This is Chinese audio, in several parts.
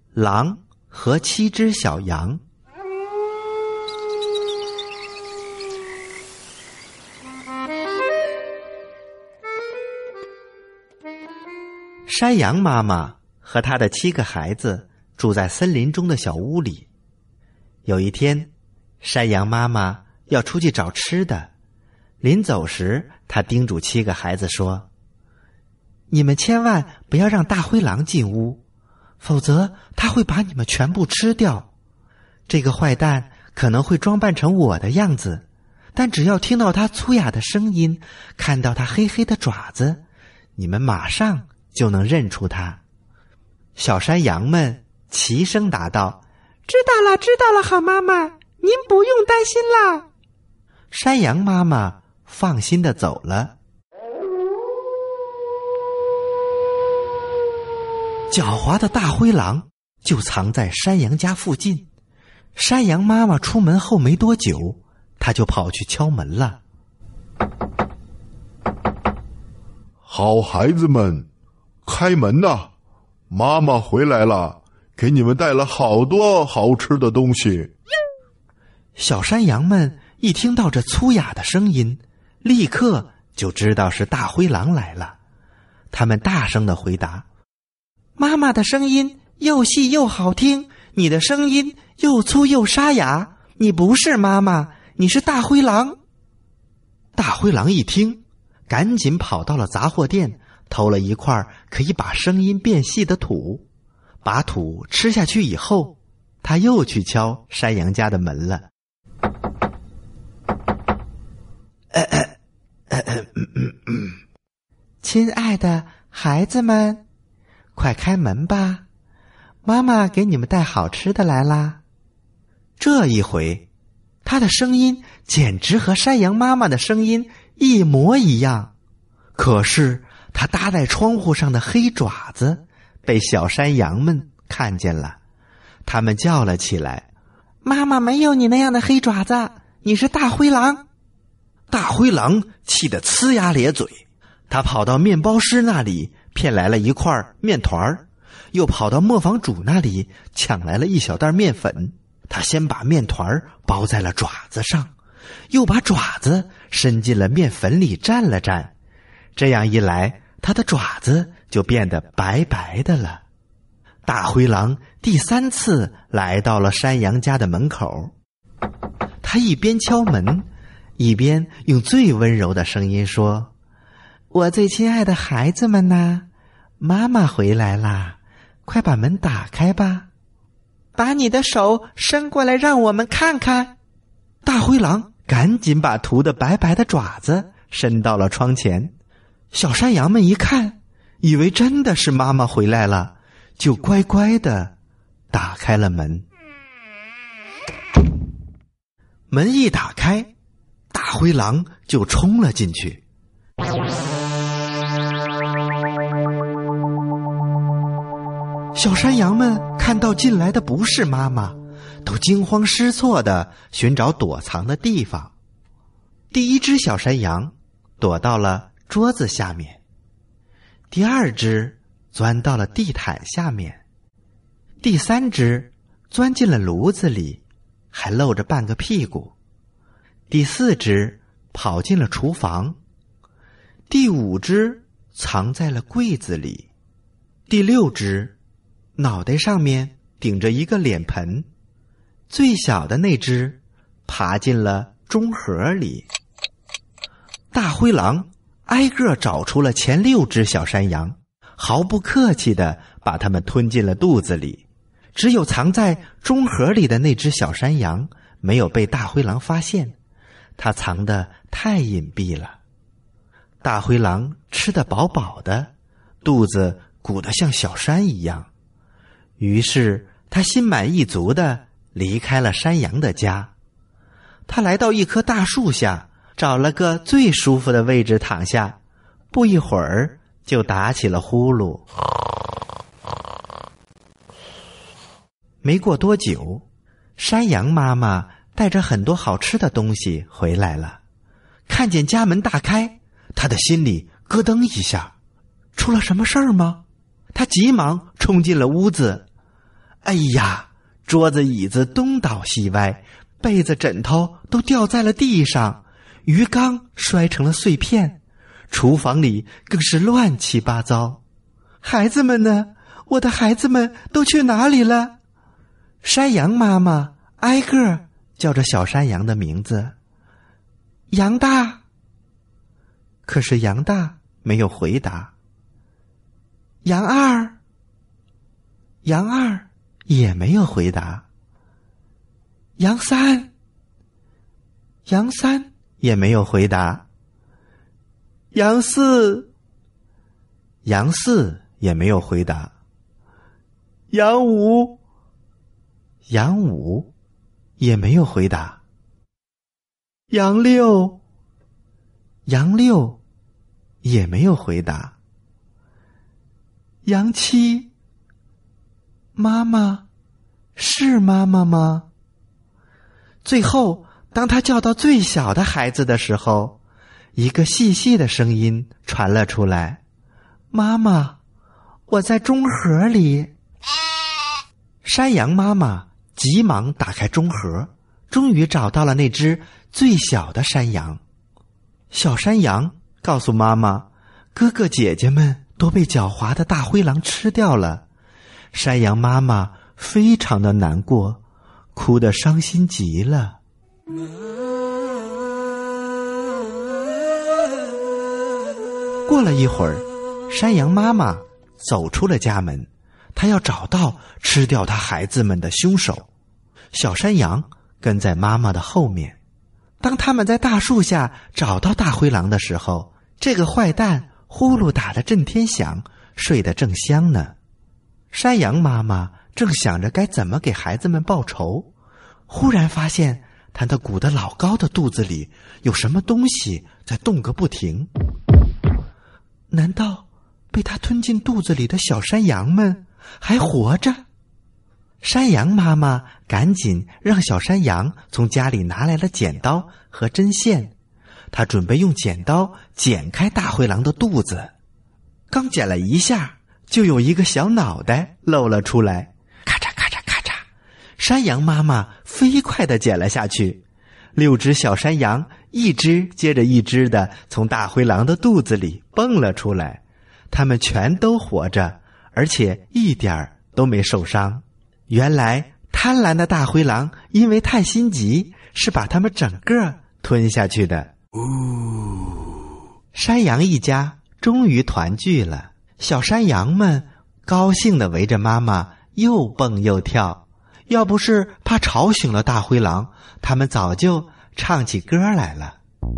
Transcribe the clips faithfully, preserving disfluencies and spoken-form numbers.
狼和七只小羊。山羊妈妈和她的七个孩子住在森林中的小屋里。有一天，山羊妈妈要出去找吃的，临走时，她叮嘱七个孩子说：你们千万不要让大灰狼进屋，否则他会把你们全部吃掉。这个坏蛋可能会装扮成我的样子，但只要听到他粗哑的声音，看到他黑黑的爪子，你们马上就能认出他。小山羊们齐声答道：知道了，知道了，好妈妈，您不用担心啦。山羊妈妈放心地走了。狡猾的大灰狼就藏在山羊家附近。山羊妈妈出门后没多久，他就跑去敲门了。 好孩子们，开门呐！妈妈回来了，给你们带了好多好吃的东西。 小山羊们一听到这粗哑的声音，立刻就知道是大灰狼来了。他们大声地回答：妈妈的声音又细又好听，你的声音又粗又沙哑，你不是妈妈，你是大灰狼。大灰狼一听，赶紧跑到了杂货店，偷了一块可以把声音变细的土。把土吃下去以后，他又去敲山羊家的门了。呃呃呃呃嗯嗯嗯，亲爱的孩子们，快开门吧，妈妈给你们带好吃的来啦。这一回，他的声音简直和山羊妈妈的声音一模一样。可是他搭在窗户上的黑爪子被小山羊们看见了，他们叫了起来：妈妈没有你那样的黑爪子，你是大灰狼。大灰狼气得呲牙咧嘴，他跑到面包师那里骗来了一块面团，又跑到磨坊主那里抢来了一小袋面粉。他先把面团包在了爪子上，又把爪子伸进了面粉里蘸了蘸，这样一来，他的爪子就变得白白的了。大灰狼第三次来到了山羊家的门口，他一边敲门，一边用最温柔的声音说：我最亲爱的孩子们呐，妈妈回来啦，快把门打开吧，把你的手伸过来让我们看看。大灰狼赶紧把涂得白白的爪子伸到了窗前。小山羊们一看，以为真的是妈妈回来了，就乖乖地打开了门。门一打开，大灰狼就冲了进去。小山羊们看到进来的不是妈妈，都惊慌失措地寻找躲藏的地方。第一只小山羊躲到了桌子下面，第二只钻到了地毯下面，第三只钻进了炉子里，还露着半个屁股，第四只跑进了厨房，第五只藏在了柜子里，第六只脑袋上面顶着一个脸盆，最小的那只爬进了钟盒里。大灰狼挨个找出了前六只小山羊，毫不客气地把它们吞进了肚子里。只有藏在钟盒里的那只小山羊没有被大灰狼发现，它藏得太隐蔽了。大灰狼吃得饱饱的，肚子鼓得像小山一样，于是他心满意足地离开了山羊的家。他来到一棵大树下，找了个最舒服的位置躺下，不一会儿就打起了呼噜。没过多久，山羊妈妈带着很多好吃的东西回来了，看见家门大开，她的心里咯噔一下，出了什么事儿吗？她急忙冲进了屋子。 哎呀，桌子椅子东倒西歪，被子枕头都掉在了地上，鱼缸摔成了碎片，厨房里更是乱七八糟。孩子们呢？我的孩子们都去哪里了？山羊妈妈挨个叫着小山羊的名字，羊大。可是羊大没有回答。羊二，羊二也没有回答。羊三，羊三也没有回答。羊四，羊四也没有回答。羊五，羊五也没有回答。羊六，羊六也没有回答。羊七，妈妈是妈妈吗？最后当他叫到最小的孩子的时候，一个细细的声音传了出来，妈妈，我在钟盒里。山羊妈妈急忙打开钟盒，终于找到了那只最小的山羊。小山羊告诉妈妈，哥哥姐姐们都被狡猾的大灰狼吃掉了。山羊妈妈非常的难过，哭得伤心极了。过了一会儿，山羊妈妈走出了家门，她要找到吃掉她孩子们的凶手。小山羊跟在妈妈的后面。当他们在大树下找到大灰狼的时候，这个坏蛋呼噜打得震天响，睡得正香呢。山羊妈妈正想着该怎么给孩子们报仇，忽然发现他那鼓得老高的肚子里有什么东西在动个不停。难道被他吞进肚子里的小山羊们还活着？山羊妈妈赶紧让小山羊从家里拿来了剪刀和针线，她准备用剪刀剪开大灰狼的肚子。刚剪了一下，就有一个小脑袋露了出来，咔嚓咔嚓咔嚓，山羊妈妈飞快地剪了下去。六只小山羊一只接着一只的从大灰狼的肚子里蹦了出来，它们全都活着，而且一点儿都没受伤。原来贪婪的大灰狼因为太心急，是把它们整个吞下去的。山羊一家终于团聚了，小山羊们高兴地围着妈妈又蹦又跳，要不是怕吵醒了大灰狼，他们早就唱起歌来了。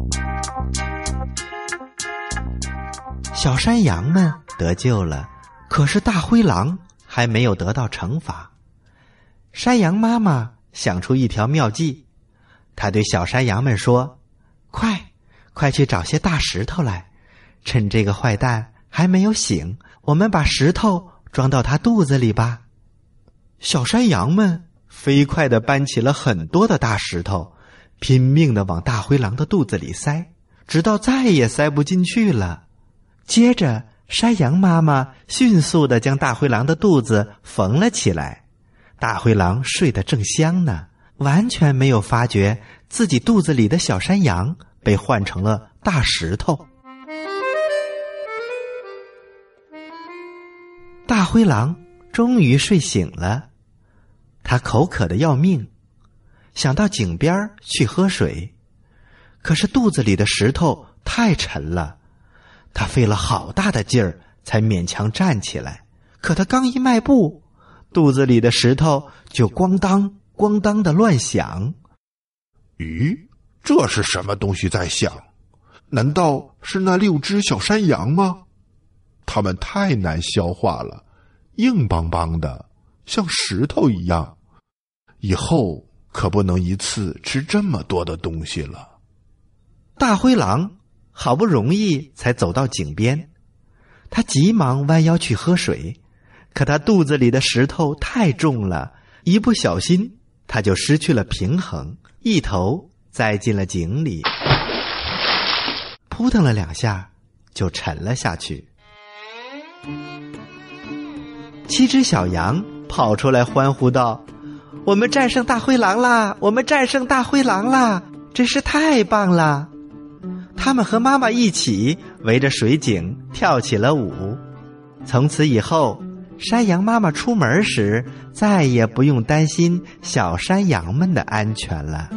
小山羊们得救了，可是大灰狼还没有得到惩罚。山羊妈妈想出一条妙计，她对小山羊们说，快快去找些大石头来，趁这个坏蛋还没有醒，我们把石头装到他肚子里吧。小山羊们飞快地搬起了很多的大石头，拼命地往大灰狼的肚子里塞，直到再也塞不进去了。接着山羊妈妈迅速地将大灰狼的肚子缝了起来，大灰狼睡得正香呢，完全没有发觉自己肚子里的小山羊被换成了大石头。大灰狼终于睡醒了，他口渴得要命，想到井边去喝水，可是肚子里的石头太沉了，他费了好大的劲儿才勉强站起来，可他刚一迈步，肚子里的石头就咣当咣当的乱响。 咦，这是什么东西在响？难道是那六只小山羊吗？它们太难消化了，硬邦邦的，像石头一样。以后可不能一次吃这么多的东西了。 大灰狼好不容易才走到井边，他急忙弯腰去喝水，可他肚子里的石头太重了，一不小心他就失去了平衡，一头栽进了井里，扑腾了两下就沉了下去。七只小羊跑出来欢呼道：我们战胜大灰狼啦！我们战胜大灰狼啦！真是太棒了！他们和妈妈一起围着水井跳起了舞。从此以后，山羊妈妈出门时再也不用担心小山羊们的安全了。